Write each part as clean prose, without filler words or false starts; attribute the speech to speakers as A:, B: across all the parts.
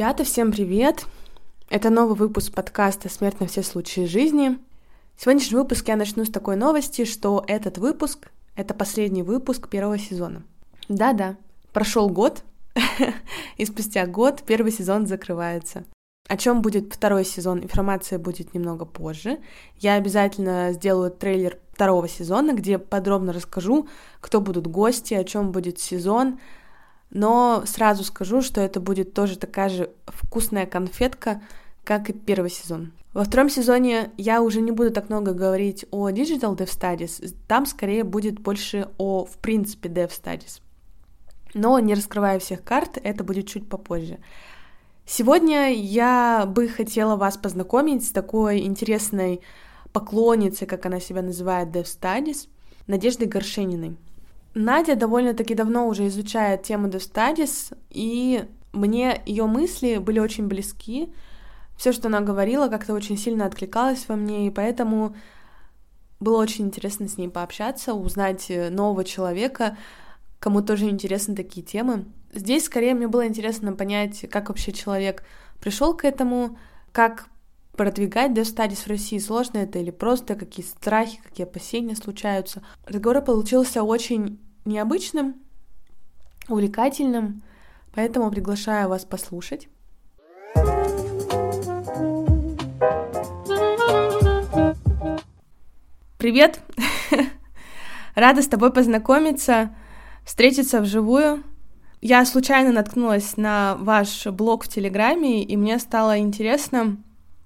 A: Ребята, всем привет! Это новый выпуск подкаста «Смерть на все случаи жизни». Сегодняшний выпуск я начну с такой новости, что этот выпуск — это последний выпуск первого сезона. Да-да, прошел год, и спустя год первый сезон закрывается. О чем будет второй сезон, информация будет немного позже. Я обязательно сделаю трейлер второго сезона, где подробно расскажу, кто будут гости, о чем будет сезон. Но сразу скажу, что это будет тоже такая же вкусная конфетка, как и первый сезон. Во втором сезоне я уже не буду так много говорить о Digital Dev Studies, там скорее будет больше о, в принципе, Dev Studies. Но не раскрывая всех карт, это будет чуть попозже. Сегодня я бы хотела вас познакомить с такой интересной поклонницей, как она себя называет, Dev Studies, Надеждой Горшениной. Надя довольно-таки давно уже изучает тему Dev Studies, и мне ее мысли были очень близки. Все, что она говорила, как-то очень сильно откликалось во мне, и поэтому было очень интересно с ней пообщаться, узнать нового человека, кому тоже интересны такие темы. Здесь скорее мне было интересно понять, как вообще человек пришел к этому, как продвигать Dev Studies в России, сложно это или просто, какие страхи, какие опасения случаются. Разговор получился очень необычным, увлекательным, поэтому приглашаю вас послушать. Привет! Рада с тобой познакомиться, встретиться вживую. Я случайно наткнулась на ваш блог в Телеграме, и мне стало интересно,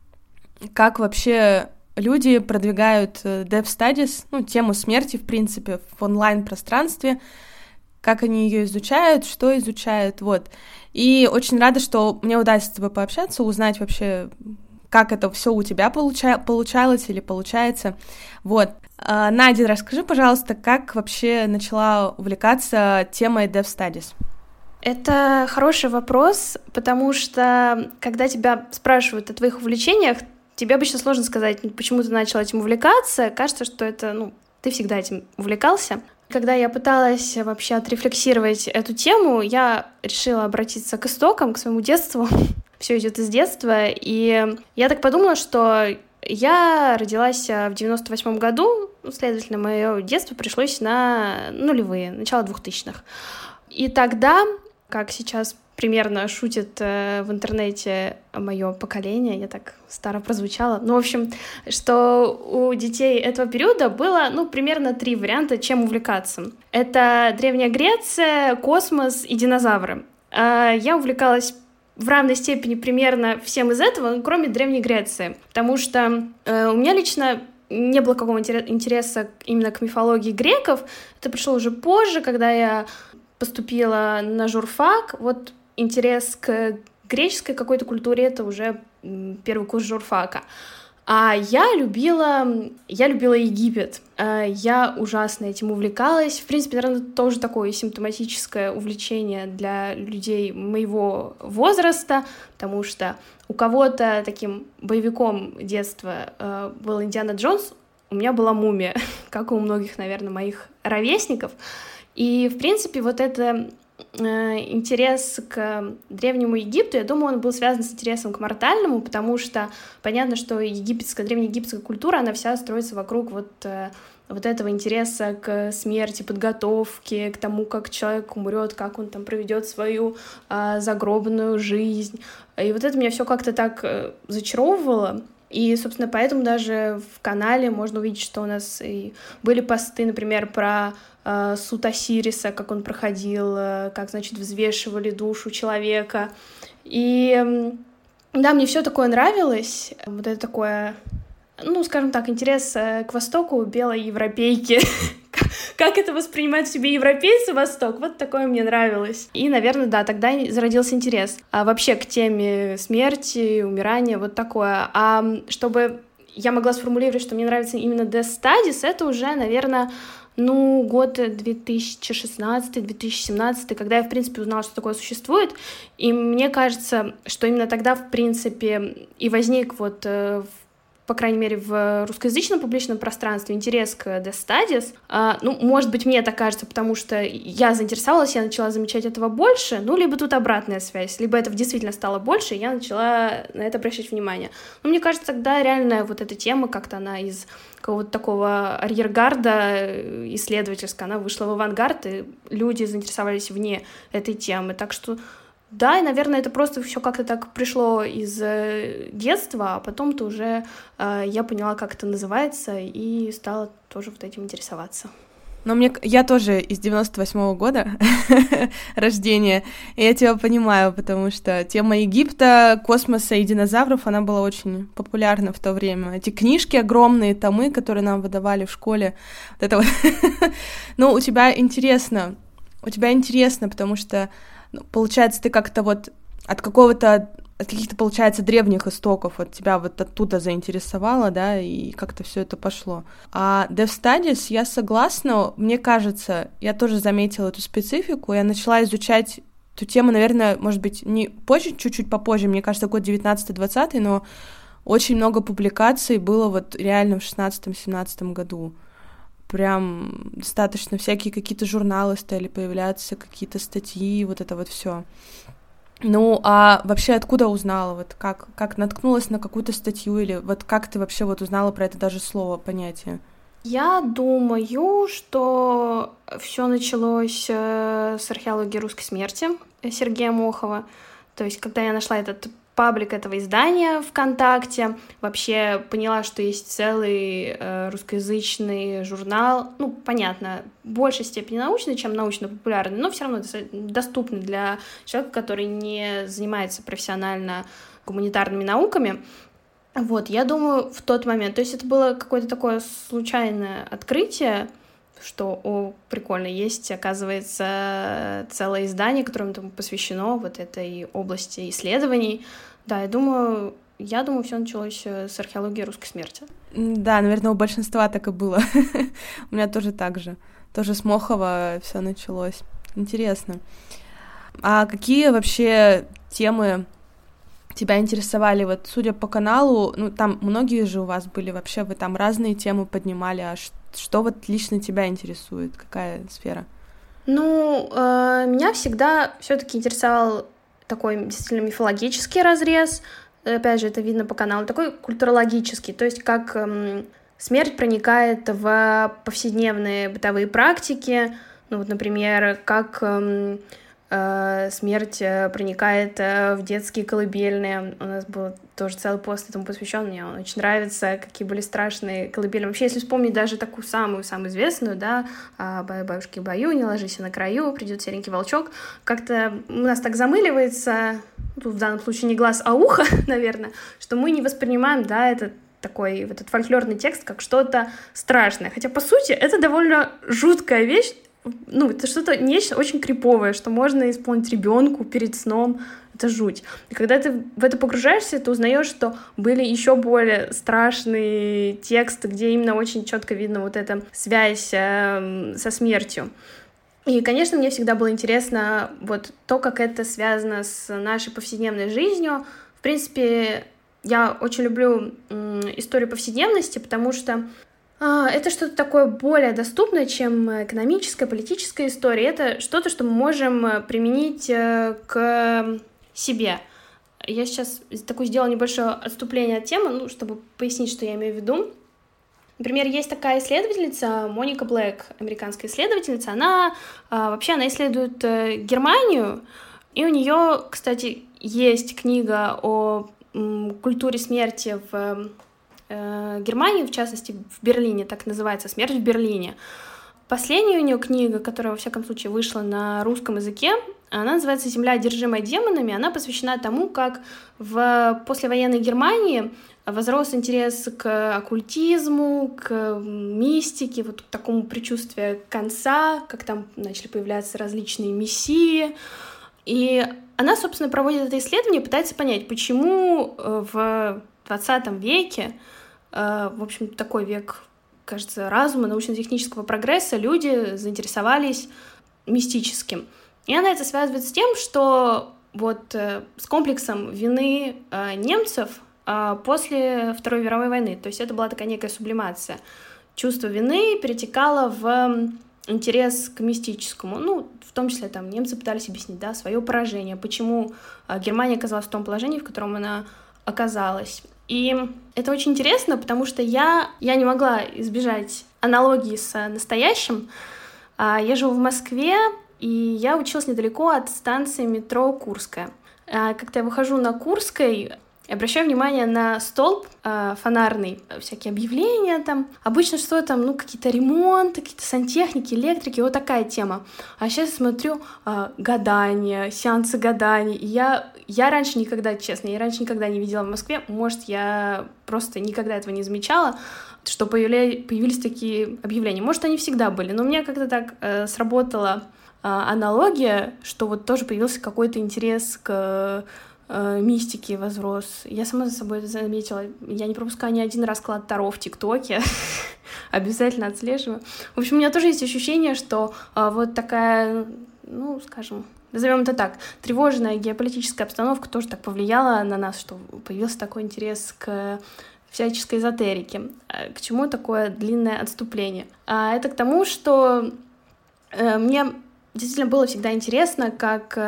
A: как вообще люди продвигают Dev Studies, тему смерти, в принципе, в онлайн-пространстве, как они ее изучают, что изучают, вот. И очень рада, что мне удастся с тобой пообщаться, узнать вообще, как это все у тебя получалось или получается, вот. Надя, расскажи, пожалуйста, как вообще начала увлекаться темой Dev Studies?
B: Это хороший вопрос, потому что, когда тебя спрашивают о твоих увлечениях, тебе обычно сложно сказать, почему ты начал этим увлекаться. Кажется, что это, ты всегда этим увлекался. Когда я пыталась вообще отрефлексировать эту тему, я решила обратиться к истокам, к своему детству. Все идет из детства. И я так подумала, что я родилась в 98 году, следовательно, мое детство пришлось на нулевые, начало 2000-х. И тогда, как сейчас примерно шутит в интернете мое поколение, я так старо прозвучала, в общем, что у детей этого периода было, примерно 3 варианта, чем увлекаться. Это Древняя Греция, космос и динозавры. Я увлекалась в равной степени примерно всем из этого, кроме Древней Греции, потому что у меня лично не было какого-то интереса именно к мифологии греков. Это пришло уже позже, когда я поступила на журфак. Вот интерес к греческой какой-то культуре — это уже первый курс журфака. А я любила Египет. Я ужасно этим увлекалась. В принципе, наверное, тоже такое симптоматическое увлечение для людей моего возраста, потому что у кого-то таким боевиком детства был Индиана Джонс, у меня была Мумия, как и у многих, наверное, моих ровесников. И, в принципе, вот это интерес к Древнему Египту, я думаю, он был связан с интересом к мортальному, потому что понятно, что древнеегипетская культура, она вся строится вокруг вот этого интереса к смерти, подготовке, к тому, как человек умрет, как он там проведет свою загробную жизнь. И вот это меня все как-то так зачаровывало. И, собственно, поэтому даже в канале можно увидеть, что у нас и были посты, например, про суд Осириса, как он проходил, как, взвешивали душу человека. И да, мне все такое нравилось. Вот это такое, скажем так, интерес к Востоку белой европейки. Как это воспринимают в себе европейцы Восток, вот такое мне нравилось. И, наверное, да, тогда зародился интерес. А вообще к теме смерти, умирания, вот такое. А чтобы я могла сформулировать, что мне нравится именно Dev Studies, это уже, наверное, год 2016-2017, когда я, в принципе, узнала, что такое существует. И мне кажется, что именно тогда, в принципе, и возник по крайней мере, в русскоязычном публичном пространстве интерес к Death Studies. Может быть, мне так кажется, потому что я заинтересовалась, я начала замечать этого больше, либо тут обратная связь, либо это действительно стало больше, и я начала на это обращать внимание. Но мне кажется, тогда реально вот эта тема, как-то она из какого-то такого арьергарда исследовательского, она вышла в авангард, и люди заинтересовались вне этой темы. Так что да, и, наверное, это просто все как-то так пришло из детства, а потом-то уже я поняла, как это называется, и стала тоже вот этим интересоваться.
A: Но я тоже из 98-го года рождения, и я тебя понимаю, потому что тема Египта, космоса и динозавров, она была очень популярна в то время. Эти книжки огромные, томы, которые нам выдавали в школе, вот это вот. У тебя интересно, потому что получается, ты как-то вот от каких-то, получается, древних истоков вот тебя вот оттуда заинтересовало, да, и как-то все это пошло. А Death Studies, я согласна, мне кажется, я тоже заметила эту специфику, я начала изучать эту тему, наверное, может быть, не позже, чуть-чуть попозже, мне кажется, год 19-20, но очень много публикаций было вот реально в 16-17 году. Прям достаточно всякие какие-то журналы стали появляться, какие-то статьи, вот это вот все. А вообще откуда узнала? Вот как наткнулась на какую-то статью или вот как ты вообще вот узнала про это даже слово, понятие?
B: Я думаю, что все началось с археологии русской смерти Сергея Мохова. То есть, когда я нашла этот паблик этого издания ВКонтакте, вообще поняла, что есть целый русскоязычный журнал, понятно, в большей степени научный, чем научно-популярный, но все равно доступный для человека, который не занимается профессионально гуманитарными науками. Вот, я думаю, в тот момент, то есть это было какое-то такое случайное открытие, что, прикольно, есть, оказывается, целое издание, которому там посвящено вот этой области исследований. Да, я думаю, все началось с археологии русской смерти.
A: Да, наверное, у большинства так и было. У меня тоже так же. Тоже с Мохова все началось. Интересно. А какие вообще темы тебя интересовали? Вот, судя по каналу, там многие же у вас были вообще, вы там разные темы поднимали, а что вот лично тебя интересует? Какая сфера?
B: Меня всегда все-таки интересовал такой действительно мифологический разрез, опять же, это видно по каналу, такой культурологический, то есть как смерть проникает в повседневные бытовые практики, например, как смерть проникает в детские колыбельные. У нас был тоже целый пост этому посвящен. Мне он очень нравится, какие были страшные колыбельные. Вообще, если вспомнить даже такую самую известную, да, «Бабушки Баю, не ложись на краю, придет серенький волчок», как-то у нас так замыливается, тут в данном случае не глаз, а ухо, наверное, что мы не воспринимаем, да, этот фольклорный текст как что-то страшное. Хотя, по сути, это довольно жуткая вещь, это что-то, нечто очень криповое, что можно исполнить ребенку перед сном. Это жуть. И когда ты в это погружаешься, ты узнаешь, что были еще более страшные тексты, где именно очень четко видно вот эта связь со смертью. И, конечно, мне всегда было интересно вот то, как это связано с нашей повседневной жизнью. В принципе, я очень люблю историю повседневности, потому что это что-то такое более доступное, чем экономическая, политическая история. Это что-то, что мы можем применить к себе. Я сейчас сделала небольшое отступление от темы, чтобы пояснить, что я имею в виду. Например, есть такая исследовательница, Моника Блэк, американская исследовательница. Она исследует Германию, и у нее, кстати, есть книга о культуре смерти в Германии, в частности, в Берлине, так называется «Смерть в Берлине». Последняя у нее книга, которая, во всяком случае, вышла на русском языке, она называется «Земля, одержимая демонами». Она посвящена тому, как в послевоенной Германии возрос интерес к оккультизму, к мистике, вот к такому предчувствию конца, как там начали появляться различные мессии. И она, собственно, проводит это исследование и пытается понять, почему в 20 веке, в общем, такой век, кажется, разума, научно-технического прогресса, люди заинтересовались мистическим. И она это связывает с тем, что вот с комплексом вины немцев после Второй мировой войны. То есть это была такая некая сублимация. Чувство вины перетекало в интерес к мистическому. Ну, в том числе там немцы пытались объяснить, да, свое поражение, почему Германия оказалась в том положении, в котором она оказалась. И это очень интересно, потому что я не могла избежать аналогии с настоящим. Я живу в Москве, и я училась недалеко от станции метро Курская. Когда я выхожу на Курской, обращаю внимание на столб фонарный, всякие объявления там. Обычно что там, ну, какие-то ремонты, какие-то сантехники, электрики, вот такая тема. А сейчас я смотрю гадания, сеансы гаданий. И я раньше никогда, честно, не видела в Москве. Может, я просто никогда этого не замечала, что появились такие объявления. Может, они всегда были, но у меня как-то так сработала аналогия, что вот тоже появился какой-то интерес к мистики возрос. Я сама за собой это заметила. Я не пропускаю ни один расклад Таро в ТикТоке. Обязательно отслеживаю. В общем, у меня тоже есть ощущение, что вот такая, ну, скажем, назовем это так, тревожная геополитическая обстановка тоже так повлияла на нас, что появился такой интерес к всяческой эзотерике. К чему такое длинное отступление? Это к тому, что мне действительно было всегда интересно, как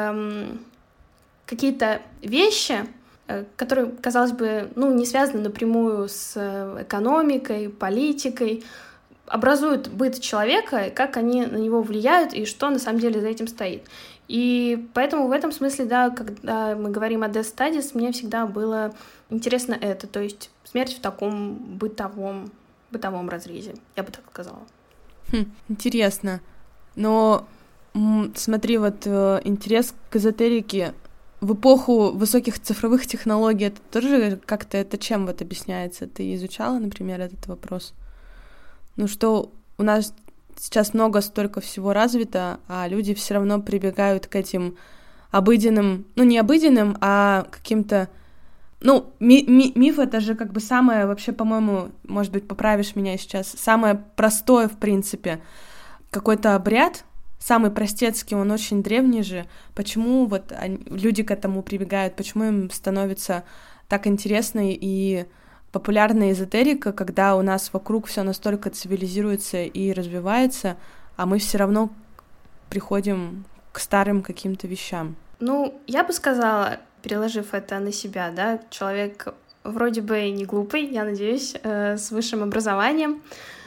B: какие-то вещи, которые, казалось бы, ну, не связаны напрямую с экономикой, политикой, образуют быт человека, как они на него влияют и что на самом деле за этим стоит. И поэтому в этом смысле, да, когда мы говорим о Death Studies, мне всегда было интересно это, то есть смерть в таком бытовом разрезе, я бы так сказала.
A: Интересно. Но смотри, вот интерес к эзотерике в эпоху высоких цифровых технологий, это тоже как-то, это чем вот объясняется? Ты изучала, например, этот вопрос? Ну что у нас сейчас столько всего развито, а люди все равно прибегают к этим обыденным, ну не обыденным, а каким-то, ну миф это же как бы самое вообще, по-моему, может быть, поправишь меня сейчас, самое простое в принципе, какой-то обряд, самый простецкий, он очень древний же. Почему вот люди к этому прибегают? Почему им становится так интересно и популярна эзотерика, когда у нас вокруг все настолько цивилизируется и развивается, а мы все равно приходим к старым каким-то вещам?
B: Ну, я бы сказала, переложив это на себя, да, человек вроде бы не глупый, я надеюсь, с высшим образованием,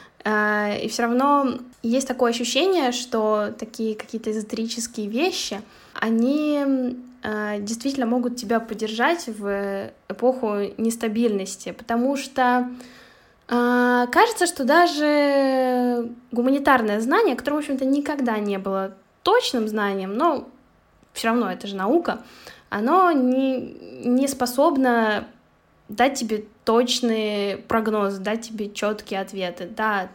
B: и все равно есть такое ощущение, что такие какие-то эзотерические вещи, они действительно могут тебя поддержать в эпоху нестабильности, потому что кажется, что даже гуманитарное знание, которое, в общем-то, никогда не было точным знанием, но все равно это же наука, оно не способно дать тебе точный прогноз, дать тебе четкие ответы. Да,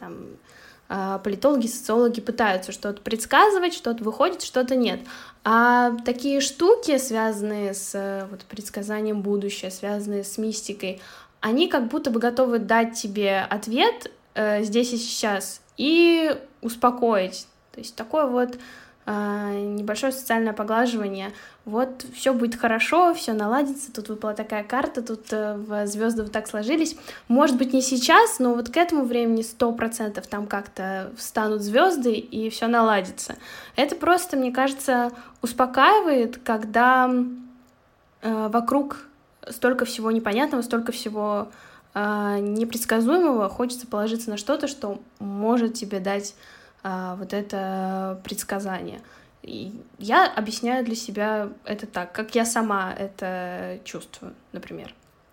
B: там политологи, социологи пытаются что-то предсказывать, что-то выходит, что-то нет. А такие штуки, связанные с вот, предсказанием будущего, связанные с мистикой, они как будто бы готовы дать тебе ответ здесь и сейчас и успокоить. То есть такое вот небольшое социальное поглаживание. Вот все будет хорошо, все наладится, тут выпала такая карта, тут звезды вот так сложились. Может быть, не сейчас, но вот к этому времени 100% там как-то встанут звезды и все наладится. Это просто, мне кажется, успокаивает, когда вокруг столько всего непонятного, столько всего непредсказуемого, хочется положиться на что-то, что может тебе дать вот это предсказание. И я объясняю для себя это так, как я сама это чувствую, например.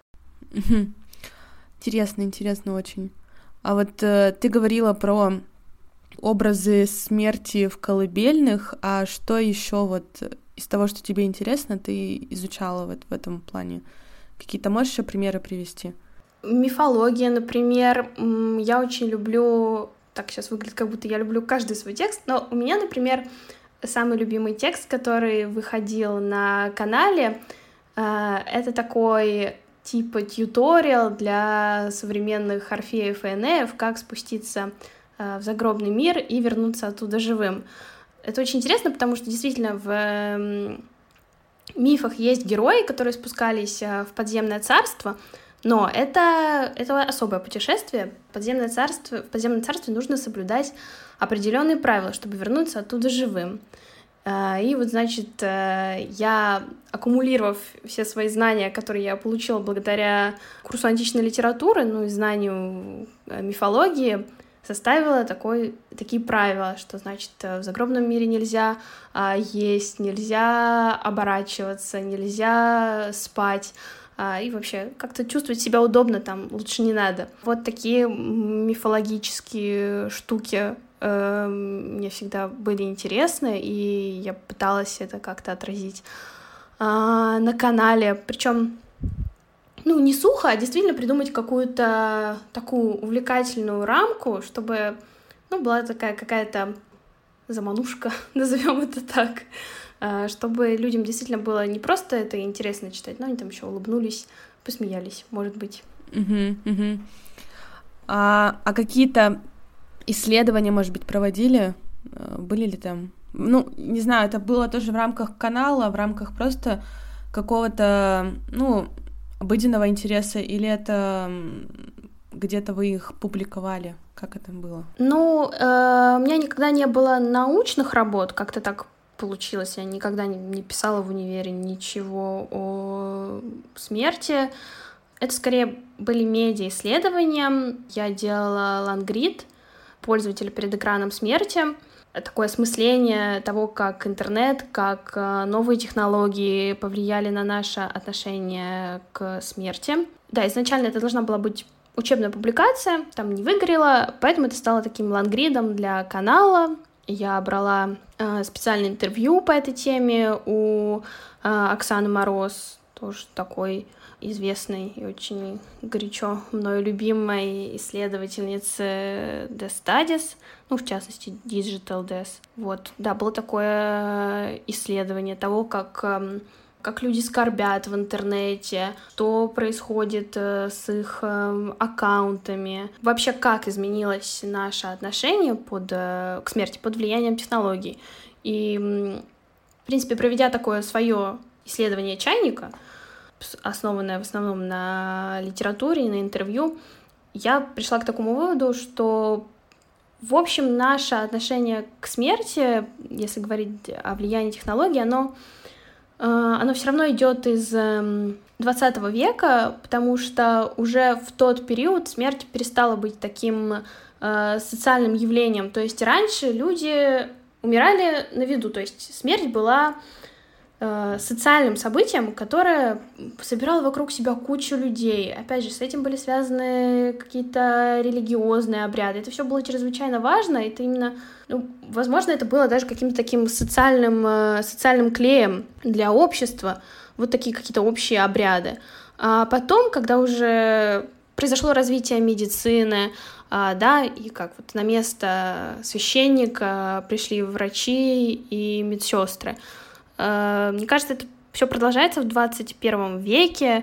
A: Интересно очень. А вот ты говорила про образы смерти в колыбельных, а что еще вот из того, что тебе интересно, ты изучала вот в этом плане? Какие-то можешь еще примеры привести?
B: Мифология, например. Я очень люблю... Так сейчас выглядит, как будто я люблю каждый свой текст, но у меня, например, самый любимый текст, который выходил на канале, это такой типа тьюториал для современных орфеев и энеев, как спуститься в загробный мир и вернуться оттуда живым. Это очень интересно, потому что действительно в мифах есть герои, которые спускались в подземное царство, Но это особое путешествие. В подземном царстве нужно соблюдать определенные правила, чтобы вернуться оттуда живым. И вот, значит, я, аккумулировав все свои знания, которые я получила благодаря курсу античной литературы, и знанию мифологии, составила такие правила, что, значит, в загробном мире нельзя есть, нельзя оборачиваться, нельзя спать, и вообще как-то чувствовать себя удобно там лучше не надо. Вот такие мифологические штуки мне всегда были интересны, и я пыталась это как-то отразить на канале, причем не сухо, а действительно придумать какую-то такую увлекательную рамку, чтобы, была такая какая-то заманушка, назовем это так, чтобы людям действительно было не просто это интересно читать, но они там еще улыбнулись, посмеялись, может быть.
A: А какие-то исследования, может быть, проводили? Были ли там? Не знаю, это было тоже в рамках канала, в рамках просто какого-то, обыденного интереса, или это где-то вы их публиковали? Как это было?
B: У меня никогда не было научных работ, как-то так получилось. Я никогда не писала в универе ничего о смерти. Это скорее были медиа-исследования. Я делала лангрид пользователя перед экраном смерти. Такое осмысление того, как интернет, как новые технологии повлияли на наше отношение к смерти. Да, изначально это должна была быть учебная публикация, там не выгорела, поэтому это стало таким лангридом для канала. Я брала специальное интервью по этой теме у Оксаны Мороз, тоже такой известной и очень горячо мною любимой исследовательницы Death Studies, в частности, Digital Death. Вот, да, было такое исследование того, как люди скорбят в интернете, что происходит с их аккаунтами, вообще как изменилось наше отношение к смерти под влиянием технологий. И, в принципе, проведя такое свое исследование чайника, основанное в основном на литературе и на интервью, я пришла к такому выводу, что, в общем, наше отношение к смерти, если говорить о влиянии технологий, оно все равно идет из 20 века, потому что уже в тот период смерть перестала быть таким социальным явлением. То есть раньше люди умирали на виду, то есть смерть была социальным событием, которое собирало вокруг себя кучу людей. Опять же, с этим были связаны какие-то религиозные обряды. Это все было чрезвычайно важно. Это именно, возможно, это было даже каким-то таким социальным клеем для общества. Вот такие какие-то общие обряды. А потом, когда уже произошло развитие медицины, и как вот на место священника пришли врачи и медсестры. Мне кажется, это все продолжается в 21 веке,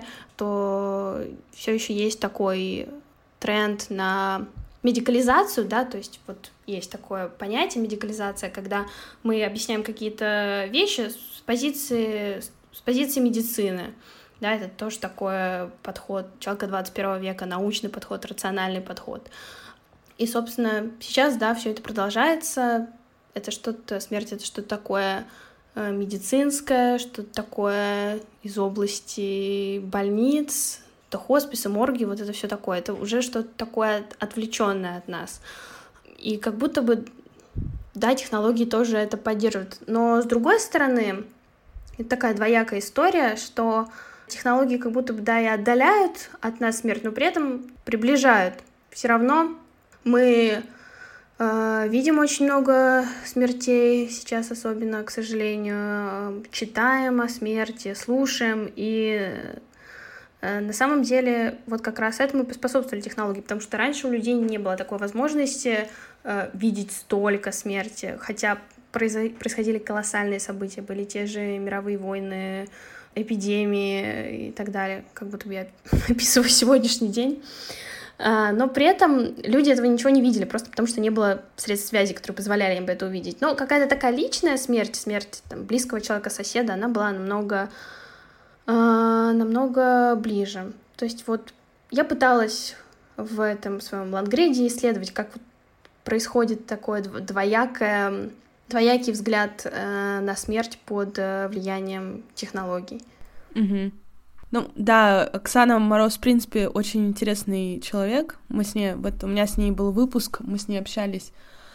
B: то все еще есть такой тренд на медикализацию, да, то есть вот есть такое понятие медикализация, когда мы объясняем какие-то вещи с позиции медицины, да, это тоже такой подход человека 21 века, научный подход, рациональный подход. И, собственно, сейчас, да, все это продолжается, смерть — это что-то такое медицинское, что-то такое из области больниц, то хосписы, морги, вот это все такое. Это уже что-то такое отвлеченное от нас. И как будто бы, да, технологии тоже это поддерживают. Но с другой стороны, это такая двоякая история, что технологии как будто бы, да, и отдаляют от нас смерть, но при этом приближают. Все равно мы видим очень много смертей сейчас, особенно, к сожалению, читаем о смерти, слушаем, и на самом деле вот как раз этому поспособствовали технологии, потому что раньше у людей не было такой возможности видеть столько смерти, хотя происходили колоссальные события, были те же мировые войны, эпидемии и так далее, как будто бы я описываю сегодняшний день. Но при этом люди этого ничего не видели, просто потому что не было средств связи, которые позволяли им это увидеть. Но какая-то такая личная смерть там, близкого человека, соседа, она была намного ближе. То есть вот Я пыталась в этом своем лонгриде исследовать, как происходит такой двоякий взгляд на смерть под влиянием технологий.
A: Угу. Ну, да, Оксана Мороз, в принципе, очень интересный человек. Мы с ней, вот у меня с ней был выпуск, мы с ней общались.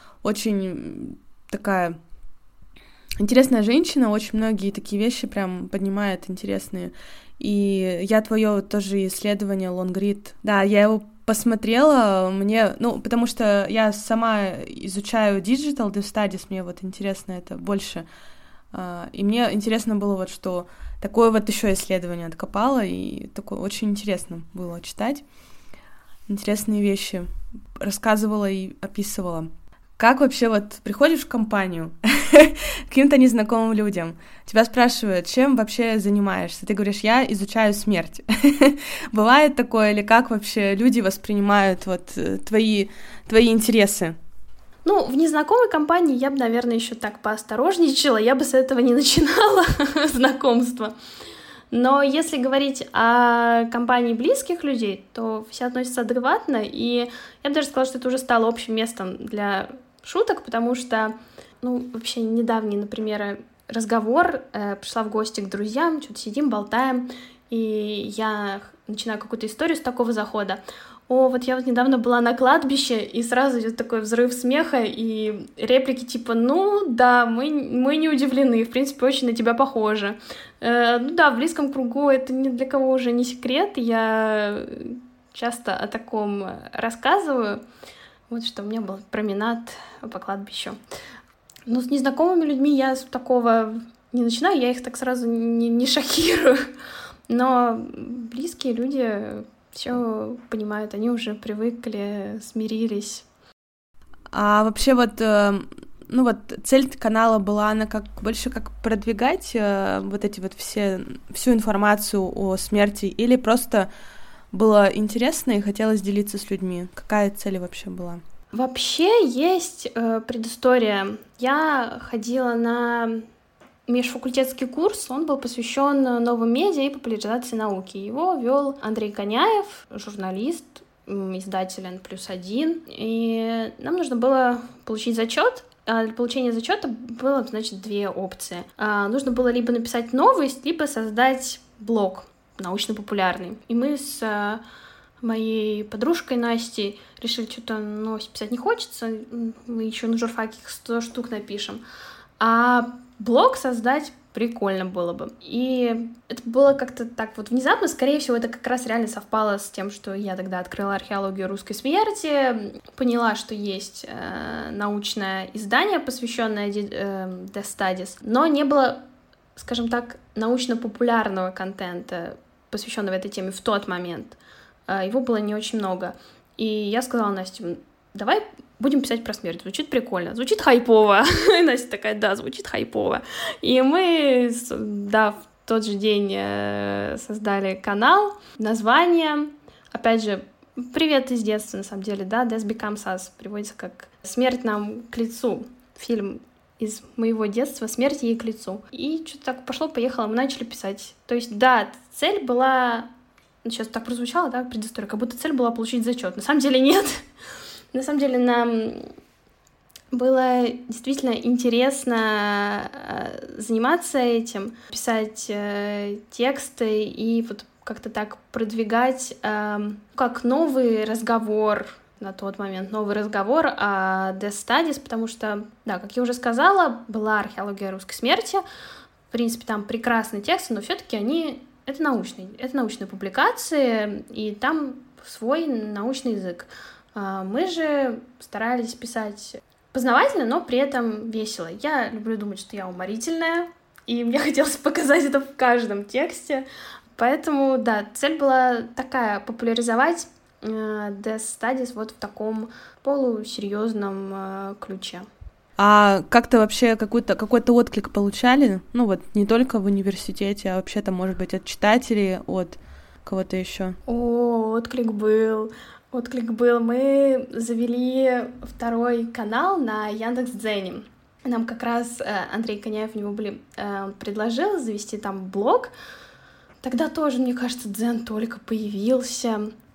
A: Очень такая интересная женщина, очень многие такие вещи прям поднимает интересные. И я твое тоже исследование, лонгрид, да, я его посмотрела, потому что я сама изучаю Digital Dev Studies, мне вот интересно это больше. И мне интересно было вот, что такое вот еще исследование откопала, и такое очень интересно было читать. Интересные вещи рассказывала и описывала. Как вообще вот приходишь в компанию к каким-то незнакомым людям, тебя спрашивают, чем вообще занимаешься? Ты говоришь, я изучаю смерть. Бывает такое, или как вообще люди воспринимают вот твои интересы?
B: Ну, в незнакомой компании я бы, наверное, еще так поосторожничала, я бы с этого не начинала знакомство. Но если говорить о компании близких людей, то все относятся адекватно, и я бы даже сказала, что это уже стало общим местом для шуток, потому что, вообще недавний, например, разговор, пришла в гости к друзьям, что-то сидим, болтаем, и я начинаю какую-то историю с такого захода. Вот я недавно была на кладбище, и сразу идет такой взрыв смеха и реплики типа, да, мы не удивлены, в принципе, очень на тебя похоже. В близком кругу это ни для кого уже не секрет, я часто о таком рассказываю, вот что у меня был променад по кладбищу. Но с незнакомыми людьми я такого не начинаю, я их так сразу не шокирую, но близкие люди все понимают, они уже привыкли, смирились.
A: А вообще цель канала была, она больше как продвигать всю информацию о смерти, или просто было интересно и хотелось делиться с людьми? Какая цель вообще была?
B: Вообще есть предыстория. Я ходила на межфакультетский курс, он был посвящен новым медиа и популяризации науки. Его вел Андрей Коняев, журналист, издатель N+1, и нам нужно было получить зачет. А для получения зачета было, две опции. Нужно было либо написать новость, либо создать блог научно-популярный. И мы с моей подружкой Настей решили, что-то новость писать не хочется, мы еще на журфаке 100 штук напишем. А блог создать прикольно было бы. И это было как-то так вот внезапно. Скорее всего, это как раз реально совпало с тем, что я тогда открыла археологию русской смерти, поняла, что есть научное издание, посвященное Death Studies, но не было, скажем так, научно-популярного контента, посвященного этой теме в тот момент. Его было не очень много. И я сказала Насте, давай будем писать про смерть, звучит прикольно, звучит хайпово. И Настя такая, да, звучит хайпово. И мы, в тот же день создали канал, название, опять же, привет из детства, на самом деле, да, Death Becomes Us, переводится как «Смерть нам к лицу», фильм из моего детства, смерть ей к лицу. И что-то так пошло-поехало, мы начали писать. То есть, да, цель была, сейчас так прозвучало, да, предыстория, как будто цель была получить зачет. На самом деле нет. На самом деле нам было действительно интересно заниматься этим, писать тексты и вот как-то так продвигать как новый разговор на тот момент, новый разговор о Death Studies, потому что, да, как я уже сказала, была археология русской смерти, в принципе, там прекрасные тексты, но все-таки это научные публикации, и там свой научный язык. Мы же старались писать познавательно, но при этом весело. Я люблю думать, что я уморительная, и мне хотелось показать это в каждом тексте. Поэтому, да, цель была такая — популяризовать Death Studies вот в таком полусерьезном ключе.
A: А как-то вообще какой-то отклик получали? Не только в университете, а вообще-то, может быть, от читателей, от кого-то еще?
B: Отклик был. Мы завели второй канал на Яндекс.Дзене. Нам как раз Андрей Коняев, у него предложил завести там блог. Тогда тоже, мне кажется, Дзен только появился.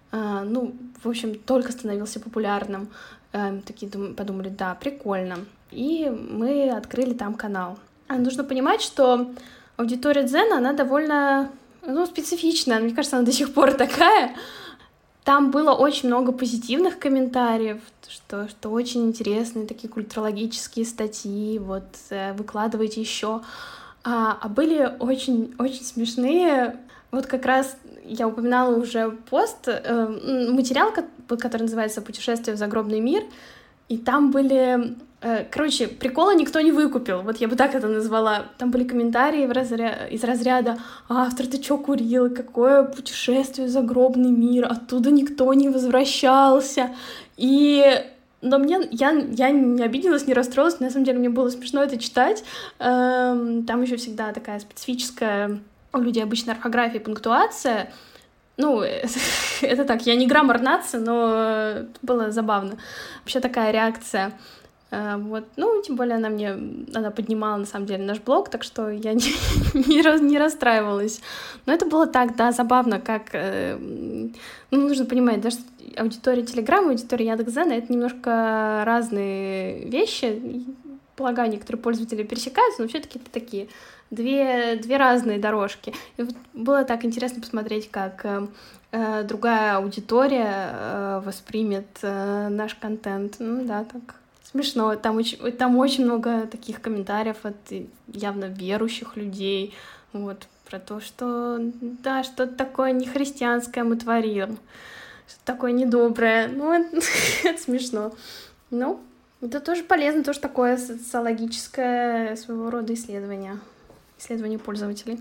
B: в общем, только становился популярным. Такие подумали, да, прикольно. И мы открыли там канал. Нужно понимать, что аудитория Дзена, она довольно, специфичная. Мне кажется, она до сих пор такая. Там было очень много позитивных комментариев, что очень интересные такие культурологические статьи, выкладывайте еще. А были очень смешные. Вот как раз я упоминала уже материал, который называется «Путешествие в загробный мир», и там были... прикола никто не выкупил, вот я бы так это назвала. Там были комментарии из разряда «Автор, ты чё курил? Какое путешествие в загробный мир? Оттуда никто не возвращался». Но я не обиделась, не расстроилась, на самом деле мне было смешно это читать. Там еще всегда такая специфическая у людей обычно орфография и пунктуация. Это так, я не граммар-нация, но было забавно. Вообще такая реакция. Тем более она поднимала, на самом деле, наш блог, так что я не расстраивалась. Но это было так, да, забавно, как... нужно понимать, да, что аудитория Телеграма и аудитория Яндекс.Дзена — это немножко разные вещи. Полагаю, некоторые пользователи пересекаются, но все-таки это такие две разные дорожки. И было так интересно посмотреть, как другая аудитория воспримет наш контент. Да, так... Смешно, там очень много таких комментариев от явно верующих людей, про то, что, да, что-то такое нехристианское мы творим, что-то такое недоброе, это смешно. Это тоже полезно, тоже такое социологическое своего рода исследование пользователей.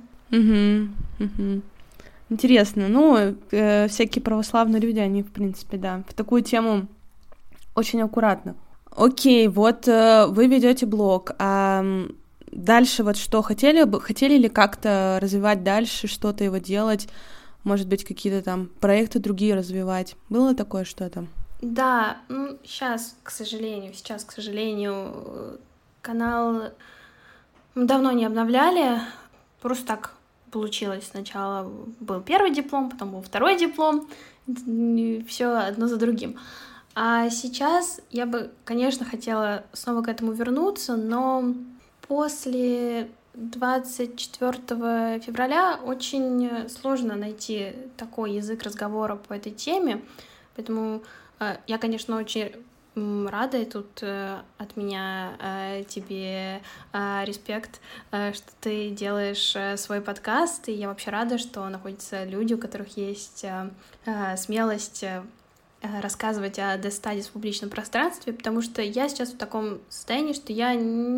A: Интересно, всякие православные люди, они, в принципе, да, в такую тему очень аккуратно. Окей, вы ведете блог, а дальше что, хотели ли как-то развивать дальше, что-то его делать, может быть, какие-то там проекты другие развивать? Было такое что-то?
B: Да, сейчас, к сожалению, канал давно не обновляли, просто так получилось. Сначала был первый диплом, потом был второй диплом, все одно за другим. А сейчас я бы, конечно, хотела снова к этому вернуться, но после 24 февраля очень сложно найти такой язык разговора по этой теме, поэтому я, конечно, очень рада, и тут от меня тебе респект, что ты делаешь свой подкаст, и я вообще рада, что находятся люди, у которых есть смелость рассказывать о Death Studies в публичном пространстве, потому что я сейчас в таком состоянии, что я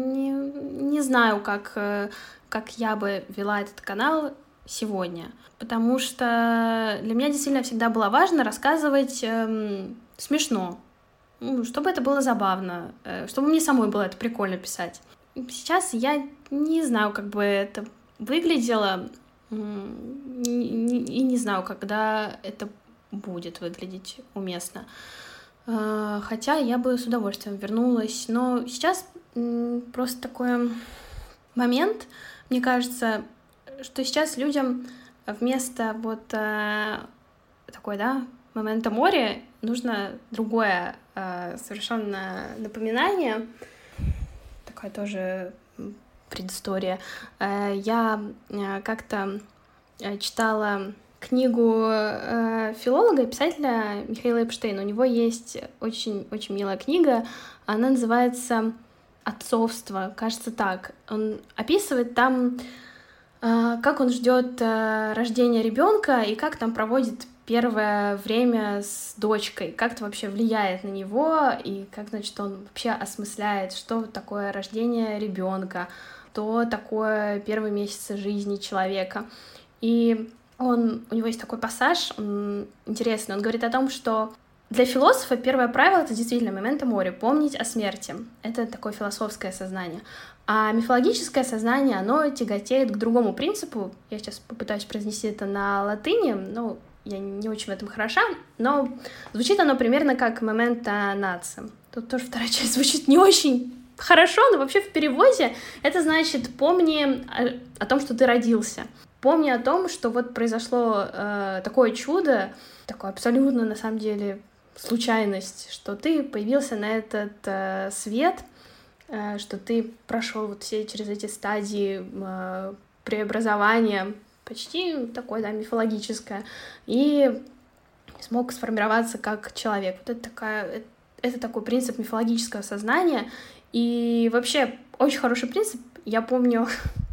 B: не знаю, как я бы вела этот канал сегодня, потому что для меня действительно всегда было важно рассказывать смешно, чтобы это было забавно, чтобы мне самой было это прикольно писать. Сейчас я не знаю, как бы это выглядело, и не знаю, когда это будет выглядеть уместно. Хотя я бы с удовольствием вернулась. Но сейчас просто такой момент, мне кажется, что сейчас людям вместо такой, да, момента моря нужно другое совершенно напоминание. Такая тоже предыстория. Я как-то читала книгу филолога и писателя Михаила Эпштейна. У него есть очень милая книга, она называется «Отцовство», кажется так. Он описывает там, как он ждет рождения ребенка и как там проводит первое время с дочкой, как это вообще влияет на него и как, значит, он вообще осмысляет, что такое рождение ребенка, что такое первые месяцы жизни человека. И у него есть такой пассаж, он интересный, он говорит о том, что для философа первое правило — это действительно моменто мори, помнить о смерти. Это такое философское сознание. А мифологическое сознание, оно тяготеет к другому принципу. Я сейчас попытаюсь произнести это на латыни, я не очень в этом хороша, но звучит оно примерно как моменто наци. Тут тоже вторая часть звучит не очень хорошо, но вообще в переводе это значит «помни о том, что ты родился». помни о том, что вот произошло такое чудо, такое абсолютно, на самом деле, случайность, что ты появился на этот свет, что ты прошел вот все через эти стадии преобразования, почти такое, да, мифологическое, и смог сформироваться как человек. Вот это такой принцип мифологического сознания, и вообще очень хороший принцип. Я помню,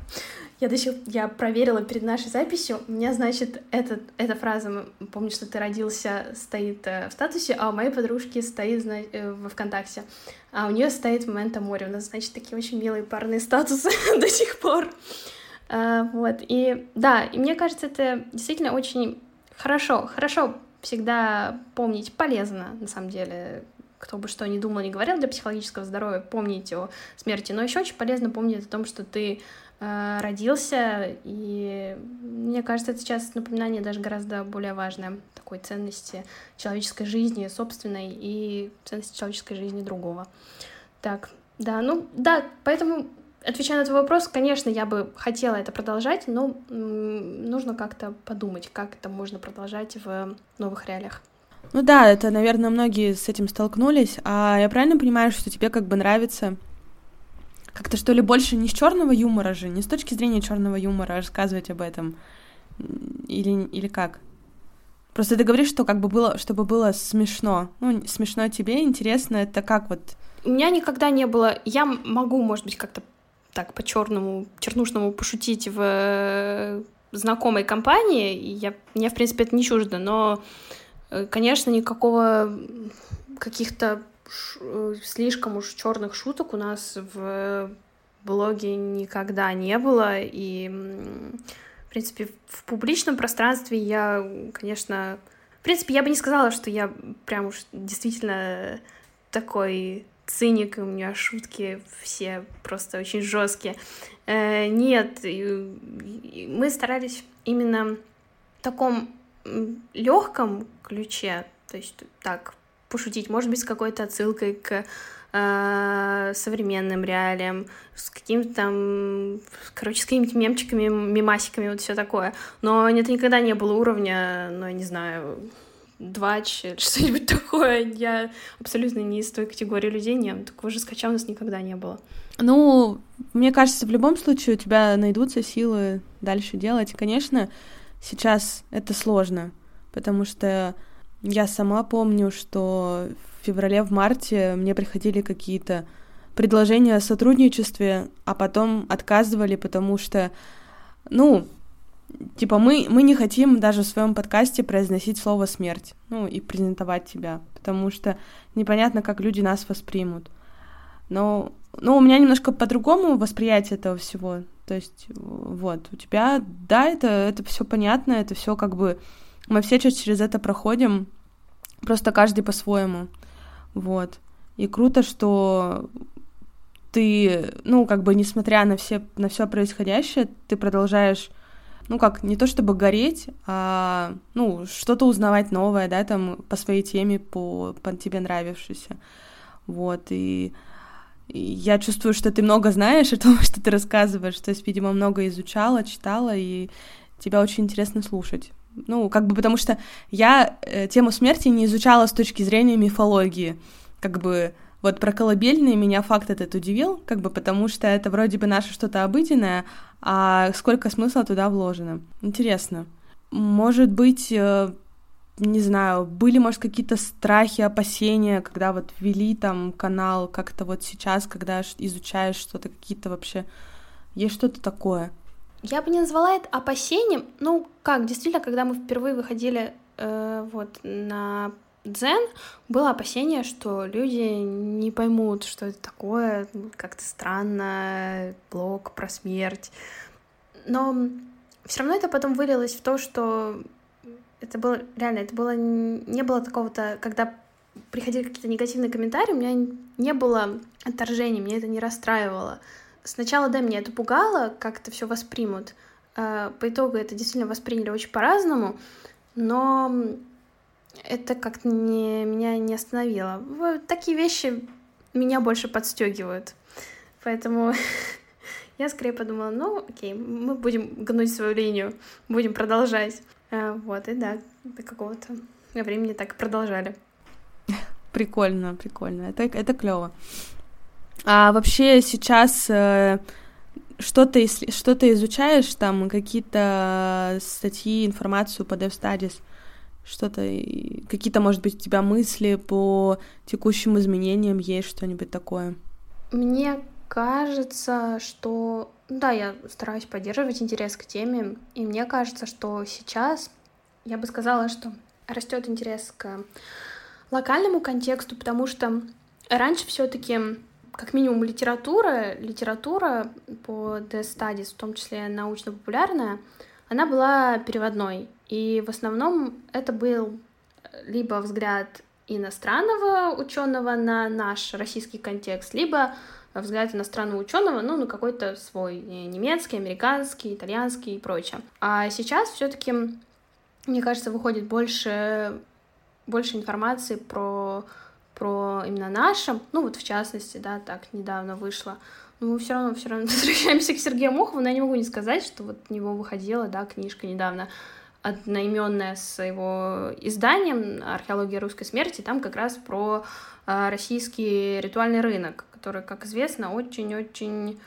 B: я проверила перед нашей записью, у меня, значит, эта фраза, помню, что ты родился, стоит в статусе, а у моей подружки стоит во ВКонтакте, а у нее стоит «Memento Mori». У нас, значит, такие очень милые парные статусы до сих пор. Вот, и да, и мне кажется, это действительно очень хорошо всегда помнить, полезно, на самом деле, кто бы что ни думал, ни говорил, для психологического здоровья помнить о смерти, но еще очень полезно помнить о том, что ты родился, и мне кажется, это сейчас напоминание даже гораздо более важное такой ценности человеческой жизни собственной и ценности человеческой жизни другого. Так, да, поэтому, отвечая на твой вопрос, конечно, я бы хотела это продолжать, но нужно как-то подумать, как это можно продолжать в новых реалиях.
A: Ну да, это, наверное, многие с этим столкнулись, а я правильно понимаю, что тебе как бы нравится как-то, что ли, больше не с черного юмора же, не с точки зрения черного юмора рассказывать об этом, или как? Просто ты говоришь, что как бы было, чтобы было смешно. Ну, смешно тебе, интересно, это как вот?
B: У меня никогда не было... Я могу, может быть, как-то так по-черному, чернушному пошутить в знакомой компании, мне, в принципе, это не чуждо, но, конечно, никакого каких-то слишком уж черных шуток у нас в блоге никогда не было, и, в принципе, в публичном пространстве я, конечно... В принципе, я бы не сказала, что я прям уж действительно такой циник, и у меня шутки все просто очень жесткие. Нет, мы старались именно в таком легком ключе, то есть так, пошутить, может быть, с какой-то отсылкой к современным реалиям, с какими-то там, короче, с какими-то мемчиками, мемасиками, вот все такое. Но это никогда не было уровня, ну, я не знаю, двач или что-нибудь такое. Я абсолютно не из той категории людей, нет, такого же скача у нас никогда не было.
A: Ну, мне кажется, в любом случае у тебя найдутся силы дальше делать. Конечно, сейчас это сложно, потому что я сама помню, что в феврале, в марте мне приходили какие-то предложения о сотрудничестве, а потом отказывали, потому что, ну, типа, мы не хотим даже в своем подкасте произносить слово «смерть», ну, и презентовать тебя, потому что непонятно, как люди нас воспримут. Но у меня немножко по-другому восприятие этого всего. То есть, вот, у тебя, да, это все понятно, это все как бы... Мы все через это проходим, просто каждый по-своему. Вот. И круто, что ты, ну, как бы, несмотря на все происходящее, ты продолжаешь, ну, как, не то чтобы гореть, а, ну, что-то узнавать новое, да, там, по своей теме, по тебе нравившейся. Вот, и я чувствую, что ты много знаешь о том, что ты рассказываешь, то есть, видимо, много изучала, читала, и тебя очень интересно слушать. Ну, как бы, потому что я тему смерти не изучала с точки зрения мифологии, как бы, вот про колыбельные меня факт этот удивил, как бы, потому что это вроде бы наше что-то обыденное, а сколько смысла туда вложено. Интересно. Может быть, не знаю, были, может, какие-то страхи, опасения, когда вот ввели там канал, как-то вот сейчас, когда изучаешь что-то, какие-то вообще... Есть что-то такое?
B: Я бы не назвала это опасением. Ну, как, действительно, когда мы впервые выходили вот на Дзен, было опасение, что люди не поймут, что это такое, как-то странно, блог про смерть. Но все равно это потом вылилось в то, что это было реально, не было такого-то, когда приходили какие-то негативные комментарии, у меня не было отторжения, меня это не расстраивало. Сначала, да, меня это пугало, как это все воспримут. По итогу это действительно восприняли очень по-разному, но это как-то меня не остановило. Такие вещи меня больше подстегивают. Поэтому Я скорее подумала, ну, окей, мы будем гнуть свою линию, будем продолжать. Вот, и да, до какого-то времени так и продолжали.
A: Прикольно. Это клево. А вообще сейчас что ты изучаешь, там какие-то статьи, информацию по DevStudies? Какие-то, может быть, у тебя мысли по текущим изменениям, есть что-нибудь такое?
B: Мне кажется, что... Да, я стараюсь поддерживать интерес к теме, и мне кажется, что сейчас, я бы сказала, что растет интерес к локальному контексту, потому что раньше все-таки, как минимум, литература по DevStudies, в том числе научно-популярная, она была переводной. И в основном это был либо взгляд иностранного ученого на наш российский контекст, либо взгляд иностранного ученого, на какой-то свой немецкий, американский, итальянский и прочее. А сейчас все-таки, мне кажется, выходит больше информации про именно наше, в частности, да, так недавно вышло. Но мы все равно возвращаемся к Сергею Мохову, но я не могу не сказать, что вот у него выходила, да, книжка недавно, одноименная с его изданием «Археология русской смерти», там как раз про российский ритуальный рынок, который, как известно, очень-очень,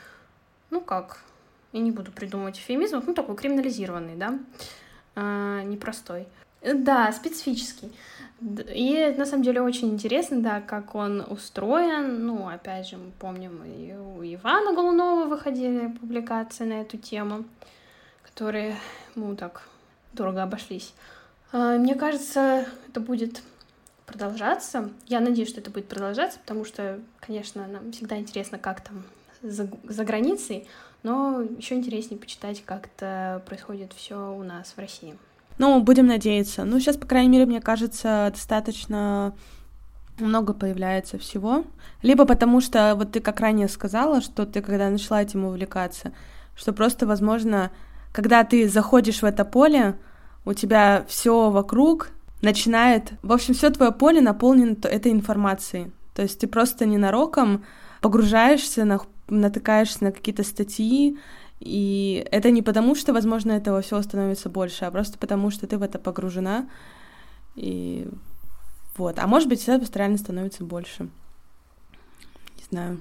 B: я не буду придумывать эвфемизмов, такой криминализированный, да, непростой. Да, специфический. И на самом деле очень интересно, да, как он устроен. Опять же, мы помним, и у Ивана Голунова выходили публикации на эту тему, которые ему так дорого обошлись. Мне кажется, это будет продолжаться. Я надеюсь, что это будет продолжаться, потому что, конечно, нам всегда интересно, как там за границей, но еще интереснее почитать, как это происходит все у нас в России.
A: Будем надеяться. Сейчас, по крайней мере, мне кажется, достаточно много появляется всего. Либо потому что, вот ты как ранее сказала, что ты, когда начала этим увлекаться, что просто, возможно, когда ты заходишь в это поле, у тебя все вокруг начинает... В общем, все твое поле наполнено этой информацией. То есть ты просто ненароком погружаешься, натыкаешься на какие-то статьи, и это не потому, что, возможно, этого всего становится больше, а просто потому, что ты в это погружена. И вот. А может быть, это постоянно становится больше. Не знаю.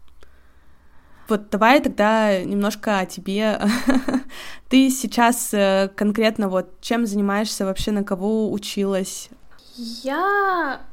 A: Вот давай тогда немножко о тебе. Ты сейчас конкретно вот чем занимаешься вообще, на кого училась?
B: Я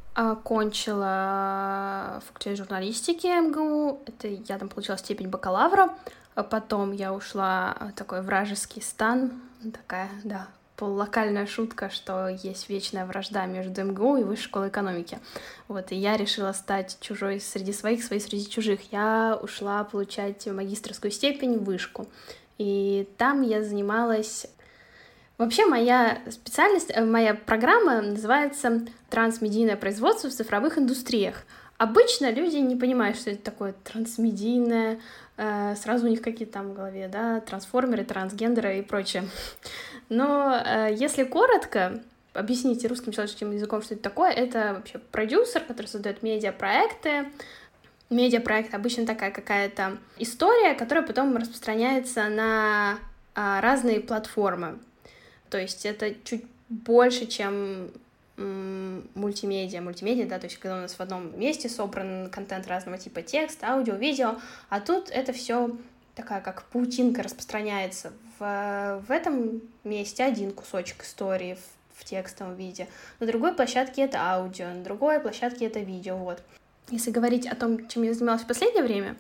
B: окончила факультет журналистики МГУ. Это я там получила степень бакалавра. А потом я ушла в такой вражеский стан. Такая, да, полулокальная шутка, что есть вечная вражда между МГУ и Высшей школой экономики. Вот, и я решила стать чужой среди своих, своей среди чужих. Я ушла получать магистерскую степень в Вышку. И там я занималась... Вообще моя специальность, моя программа называется «Трансмедийное производство в цифровых индустриях». Обычно люди не понимают, что это такое трансмедийное, сразу у них какие-то там в голове, да, трансформеры, трансгендеры и прочее. Но если коротко объяснить русским человеческим языком, что это такое, это вообще продюсер, который создает медиапроекты. Медиапроект обычно такая какая-то история, которая потом распространяется на разные платформы. То есть это чуть больше, чем мультимедиа, да, то есть когда у нас в одном месте собран контент разного типа, текст, аудио, видео, а тут это все такая как паутинка распространяется. В этом месте один кусочек истории в текстовом виде, на другой площадке это аудио, на другой площадке это видео, вот. Если говорить о том, чем я занималась в последнее время,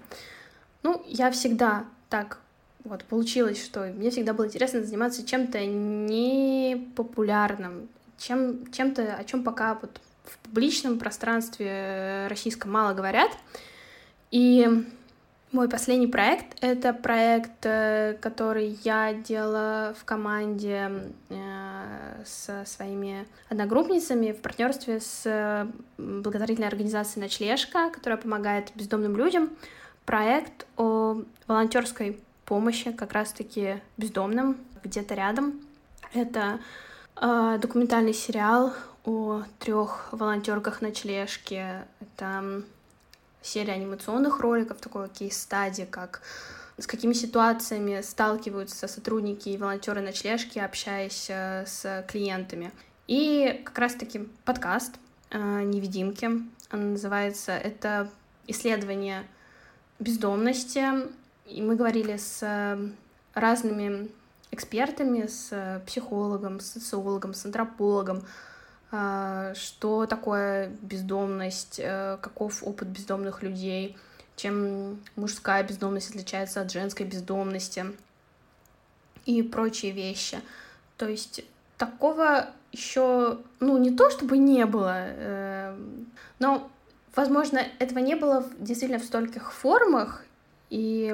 B: я всегда так вот получилось, что мне всегда было интересно заниматься чем-то непопулярным, чем-то, о чем пока вот в публичном пространстве российском мало говорят. И мой последний проект — это проект, который я делала в команде со своими одногруппницами в партнерстве с благотворительной организацией «Ночлежка», которая помогает бездомным людям. Проект о волонтерской помощи как раз-таки бездомным где-то рядом. Это документальный сериал о 3 волонтерках ночлежки. Это серия анимационных роликов, такой кейс-стади, как с какими ситуациями сталкиваются сотрудники и волонтеры ночлежки, общаясь с клиентами. И как раз-таки подкаст «Невидимки», он называется, это исследование бездомности, и мы говорили с разными экспертами, с психологом, с социологом, с антропологом, что такое бездомность, каков опыт бездомных людей, чем мужская бездомность отличается от женской бездомности и прочие вещи. То есть такого еще, не то чтобы не было, но, возможно, этого не было действительно в стольких формах и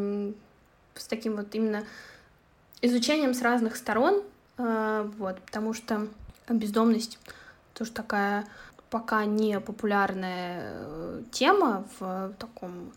B: с таким вот именно изучением с разных сторон, потому что бездомность тоже такая пока не популярная тема в таком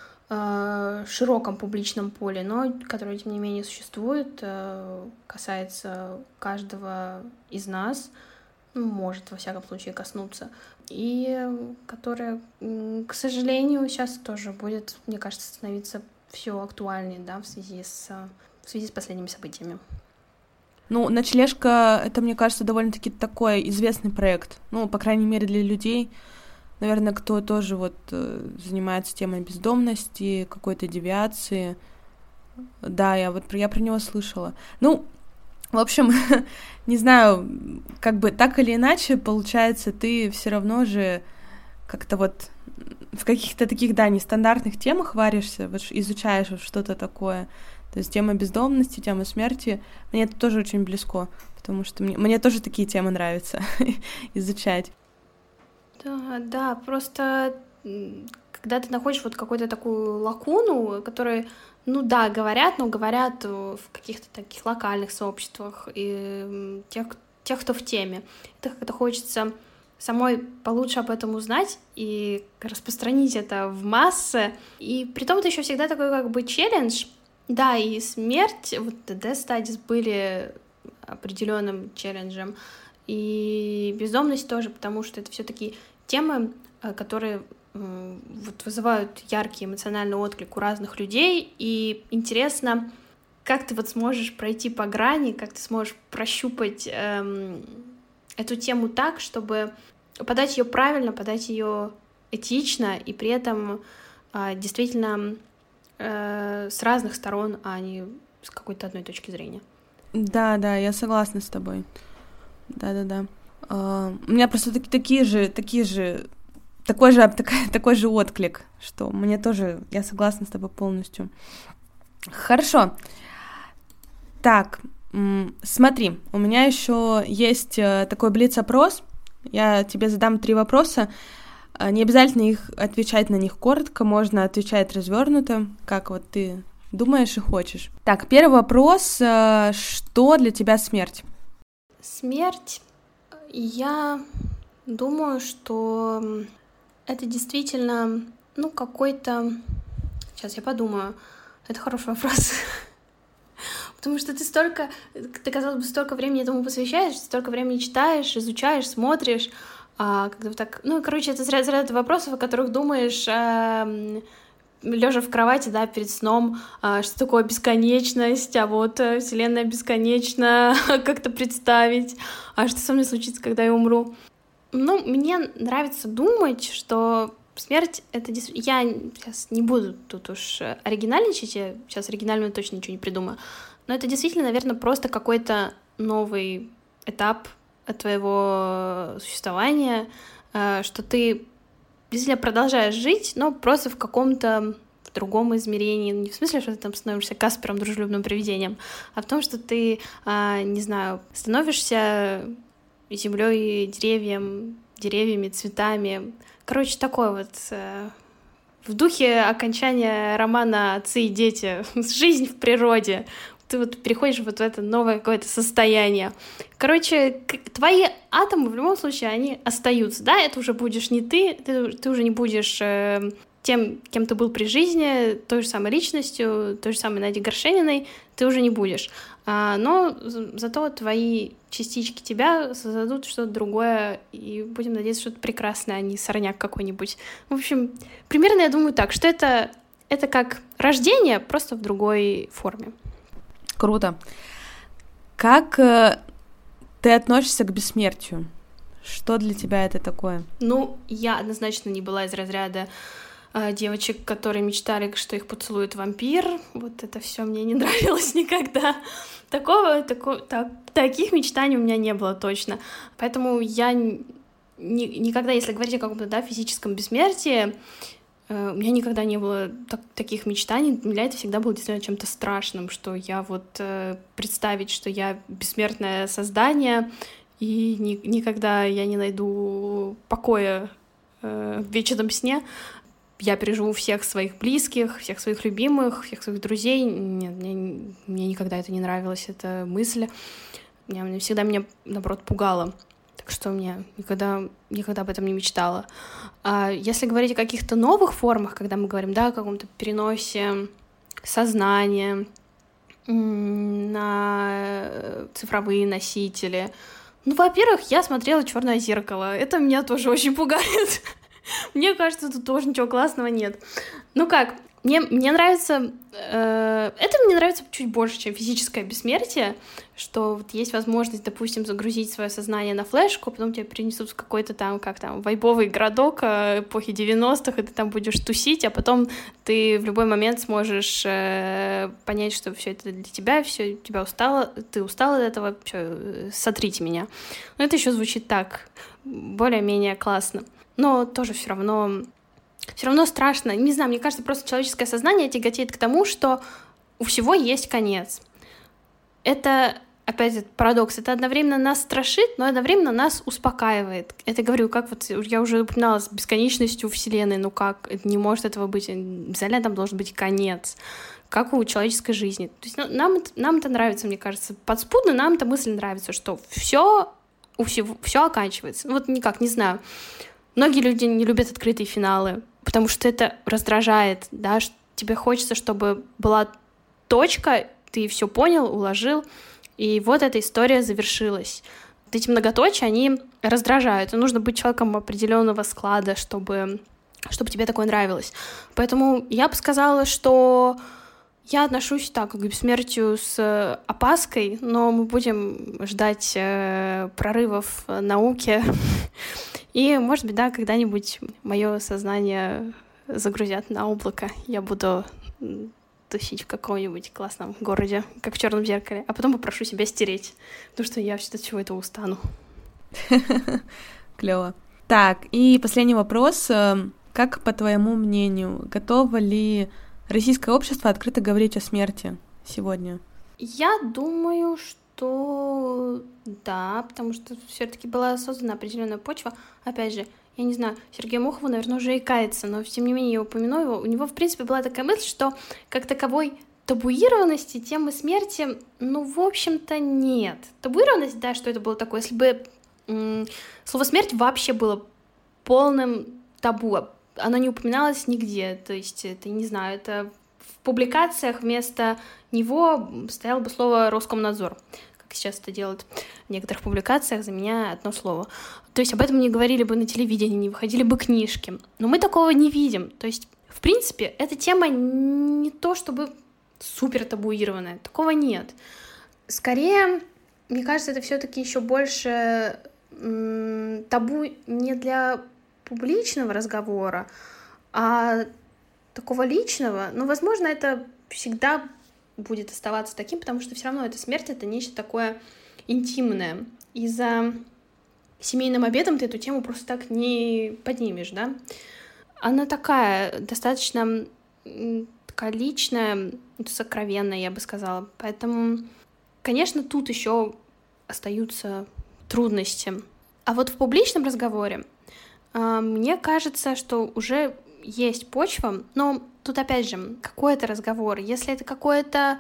B: широком публичном поле, но которая, тем не менее, существует, касается каждого из нас, может, во всяком случае, коснуться, и которая, к сожалению, сейчас тоже будет, мне кажется, становиться все актуальнее, да, в связи с последними событиями.
A: «Ночлежка» — это, мне кажется, довольно-таки такой известный проект. По крайней мере, для людей, наверное, кто тоже занимается темой бездомности, какой-то девиации. Да, я про него слышала. В общем, не знаю, как бы так или иначе, получается, ты все равно же как-то в каких-то таких, да, нестандартных темах варишься, изучаешь что-то такое. То есть тема бездомности, тема смерти, мне это тоже очень близко, потому что мне тоже такие темы нравится изучать.
B: Да, просто когда ты находишь какую-то такую лакуну, которая, говорят, но говорят в каких-то таких локальных сообществах и тех, кто в теме. Это как-то хочется самой получше об этом узнать и распространить это в массы. И при том это еще всегда такой как бы челлендж. Да, и смерть, Death Studies были определенным челленджем, и бездомность тоже, потому что это все-таки темы, которые вызывают яркий эмоциональный отклик у разных людей, и интересно, как ты сможешь пройти по грани, как ты сможешь прощупать эту тему так, чтобы подать ее правильно, подать ее этично, и при этом действительно с разных сторон, а не с какой-то одной точки зрения.
A: Да, я согласна с тобой. Да. У меня просто такой же отклик, что мне тоже, я согласна с тобой полностью. Хорошо. Так, смотри, у меня еще есть такой блиц-опрос. Я тебе задам 3 вопроса. Не обязательно отвечать на них коротко, можно отвечать развернуто, как ты думаешь и хочешь. Так, первый вопрос. Что для тебя смерть?
B: Смерть, я думаю, что это действительно, какой-то... Сейчас я подумаю. Это хороший вопрос. Потому что ты, казалось бы, столько времени этому посвящаешь, столько времени читаешь, изучаешь, смотришь, когда так... это из ряда вопросов, о которых думаешь, лежа в кровати, да, перед сном, что такое бесконечность, Вселенная бесконечна, как-то представить, что со мной случится, когда я умру. Мне нравится думать, что смерть — это действительно... Я сейчас не буду тут уж оригинальничать, я сейчас оригинально точно ничего не придумаю, но это действительно, наверное, просто какой-то новый этап твоего существования, что ты действительно продолжаешь жить, но просто в каком-то другом измерении. Не в смысле, что ты там становишься Каспером, дружелюбным привидением, а в том, что ты, становишься землей, деревьями, цветами. Короче, такой в духе окончания романа «Отцы и дети». Жизнь в природе. Ты переходишь в это новое какое-то состояние. Короче, твои атомы в любом случае, они остаются, да, это уже будешь не ты уже не будешь тем, кем ты был при жизни, той же самой личностью, той же самой Надей Горшениной, ты уже не будешь. Но зато твои частички тебя создадут что-то другое, и будем надеяться, что-то прекрасное, а не сорняк какой-нибудь. В общем, примерно я думаю так, что это это как рождение, просто в другой форме.
A: Круто. Как ты относишься к бессмертию? Что для тебя это такое?
B: Ну, я однозначно не была из разряда девочек, которые мечтали, что их поцелует вампир. Вот это все мне не нравилось никогда. Таких мечтаний у меня не было точно. Поэтому я никогда, если говорить о каком-то физическом бессмертии, у меня никогда не было таких мечтаний. Для меня это всегда было действительно чем-то страшным, что я представить, что я бессмертное создание, и никогда я не найду покоя в вечном сне. Я переживу всех своих близких, всех своих любимых, всех своих друзей. Нет, мне никогда это не нравилось, эта мысль. Всегда меня, наоборот, пугало. Так что я никогда об этом не мечтала. А если говорить о каких-то новых формах, когда мы говорим, о каком-то переносе сознания на цифровые носители. Во-первых, я смотрела «Черное зеркало». Это меня тоже очень пугает. Мне кажется, тут тоже ничего классного нет. Мне нравится... Это мне нравится чуть больше, чем физическое бессмертие, что есть возможность, допустим, загрузить свое сознание на флешку, потом тебя перенесут в какой-то вайбовый городок эпохи 90-х, и ты там будешь тусить, а потом ты в любой момент сможешь понять, что все это для тебя, все тебя устало, ты устал от этого, все, сотрите меня. Но это еще звучит так, более-менее классно. Но тоже все равно страшно. Не знаю, мне кажется, просто человеческое сознание тяготеет к тому, что у всего есть конец. Это, опять же, парадокс. Это одновременно нас страшит, но одновременно нас успокаивает. Это, говорю, как я уже упоминала, с бесконечностью Вселенной. Не может этого быть. Обязательно там должен быть конец. Как у человеческой жизни. То есть нам это нравится, мне кажется. Подспудно нам эта мысль нравится, что все оканчивается. Никак, не знаю. Многие люди не любят открытые финалы, потому что это раздражает, что тебе хочется, чтобы была точка, ты все понял, уложил, и вот эта история завершилась. Эти многоточия, они раздражают, и нужно быть человеком определенного склада, чтобы тебе такое нравилось. Поэтому я бы сказала, что я отношусь к бессмертию с опаской, но мы будем ждать прорывов науки. И, может быть, когда-нибудь мое сознание загрузят на облако. Я буду тусить в каком-нибудь классном городе, как в «Черном зеркале», а потом попрошу себя стереть, потому что я от всего этого устану.
A: Клево. Так, и последний вопрос. Как, по твоему мнению, готово ли российское общество открыто говорить о смерти сегодня?
B: Я думаю, что да, потому что все-таки была создана определенная почва. Опять же, я не знаю, Сергею Мохову, наверное, уже и кается, но тем не менее я упомяну его. У него, в принципе, была такая мысль, что как таковой табуированности темы смерти, в общем-то, нет. Табуированность, что это было такое, если бы слово «смерть» вообще было полным табу, оно не упоминалось нигде, то есть это, не знаю, это в публикациях вместо него стояло бы слово «Роскомнадзор», как сейчас это делают в некоторых публикациях, заменяя одно слово. То есть об этом не говорили бы на телевидении, не выходили бы книжки. Но мы такого не видим. То есть, в принципе, эта тема не то чтобы супер табуированная, такого нет. Скорее, мне кажется, это все-таки еще больше табу не для публичного разговора, а такого личного. Но, возможно, это всегда будет оставаться таким, потому что все равно эта смерть — это нечто такое интимное. И за семейным обедом ты эту тему просто так не поднимешь, да? Она такая, достаточно такая личная, сокровенная, я бы сказала. Поэтому, конечно, тут еще остаются трудности. А вот в публичном разговоре мне кажется, что уже есть почва, но тут опять же, какой это разговор? Если это какое-то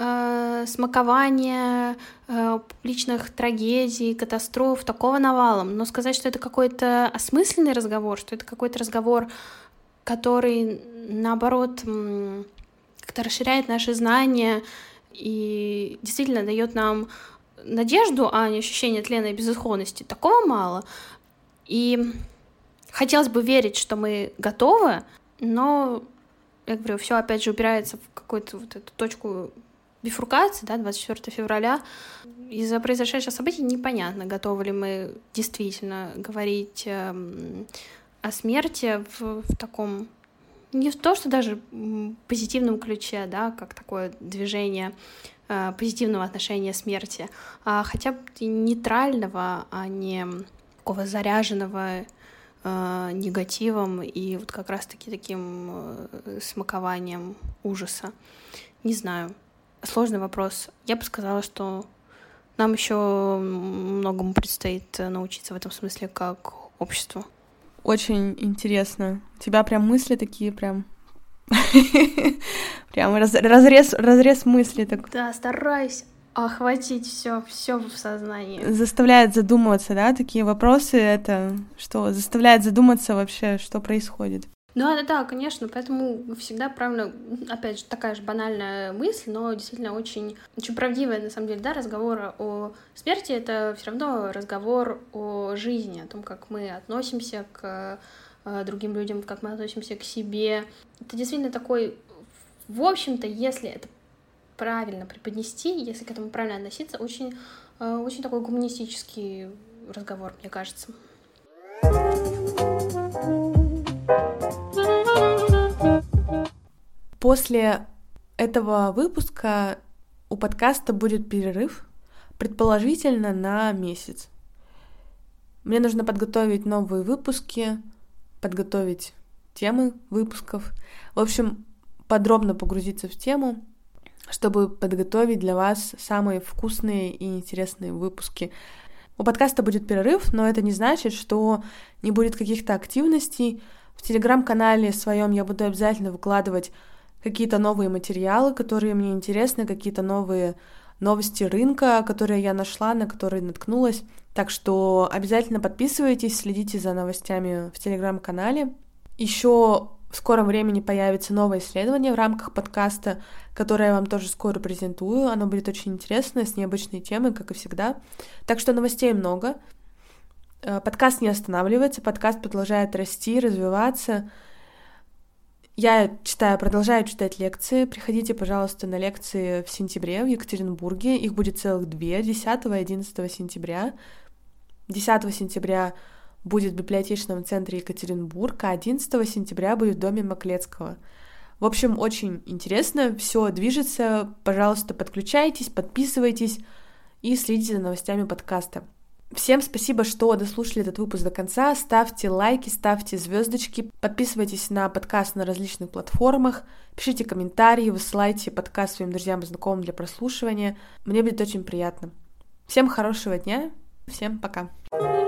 B: смакование публичных трагедий, катастроф, такого навалом, но сказать, что это какой-то осмысленный разговор, что это какой-то разговор, который, наоборот, как-то расширяет наши знания и действительно дает нам надежду, а не ощущение тлена и безысходности, такого мало. И хотелось бы верить, что мы готовы, но я говорю, все опять же упирается в какую-то вот эту точку бифуркации, да, 24 февраля. Из-за произошедших событий непонятно, готовы ли мы действительно говорить о смерти в таком, не в то, что даже позитивном ключе, да, как такое движение позитивного отношения смерти, а хотя бы нейтрального, а не такого заряженного негативом и вот как раз-таки таким смакованием ужаса. Не знаю. Сложный вопрос. Я бы сказала, что нам еще многому предстоит научиться в этом смысле как обществу.
A: Очень интересно. У тебя прям мысли такие прям... Прям разрез мысли такой.
B: Да, стараюсь охватить все в сознании.
A: Заставляет задумываться, да, такие вопросы, это что, заставляет задуматься вообще, что происходит.
B: Ну, да, конечно, поэтому всегда правильно, опять же, такая же банальная мысль, но действительно очень, очень правдивая, на самом деле, да, разговор о смерти — это все равно разговор о жизни, о том, как мы относимся к другим людям, как мы относимся к себе. Это действительно такой, в общем-то, если это правильно преподнести, если к этому правильно относиться, очень, очень такой гуманистический разговор, мне кажется.
A: После этого выпуска у подкаста будет перерыв, предположительно на месяц. Мне нужно подготовить новые выпуски, подготовить темы выпусков. В общем, подробно погрузиться в тему, чтобы подготовить для вас самые вкусные и интересные выпуски. У подкаста будет перерыв, но это не значит, что не будет каких-то активностей. В телеграм-канале своем я буду обязательно выкладывать какие-то новые материалы, которые мне интересны, какие-то новые новости рынка, которые я нашла, на которые наткнулась. Так что обязательно подписывайтесь, следите за новостями в телеграм-канале. Еще в скором времени появится новое исследование в рамках подкаста, которое я вам тоже скоро презентую. Оно будет очень интересное, с необычной темой, как и всегда. Так что новостей много. Подкаст не останавливается, подкаст продолжает расти, развиваться. Я продолжаю читать лекции. Приходите, пожалуйста, на лекции в сентябре в Екатеринбурге. Их будет целых 2, 10 и 11 сентября. 10 сентября будет в библиотечном центре Екатеринбург, а 11 сентября будет в доме Маклецкого. В общем, очень интересно, все движется. Пожалуйста, подключайтесь, подписывайтесь и следите за новостями подкаста. Всем спасибо, что дослушали этот выпуск до конца. Ставьте лайки, ставьте звездочки, подписывайтесь на подкаст на различных платформах, пишите комментарии, высылайте подкаст своим друзьям и знакомым для прослушивания. Мне будет очень приятно. Всем хорошего дня, всем пока.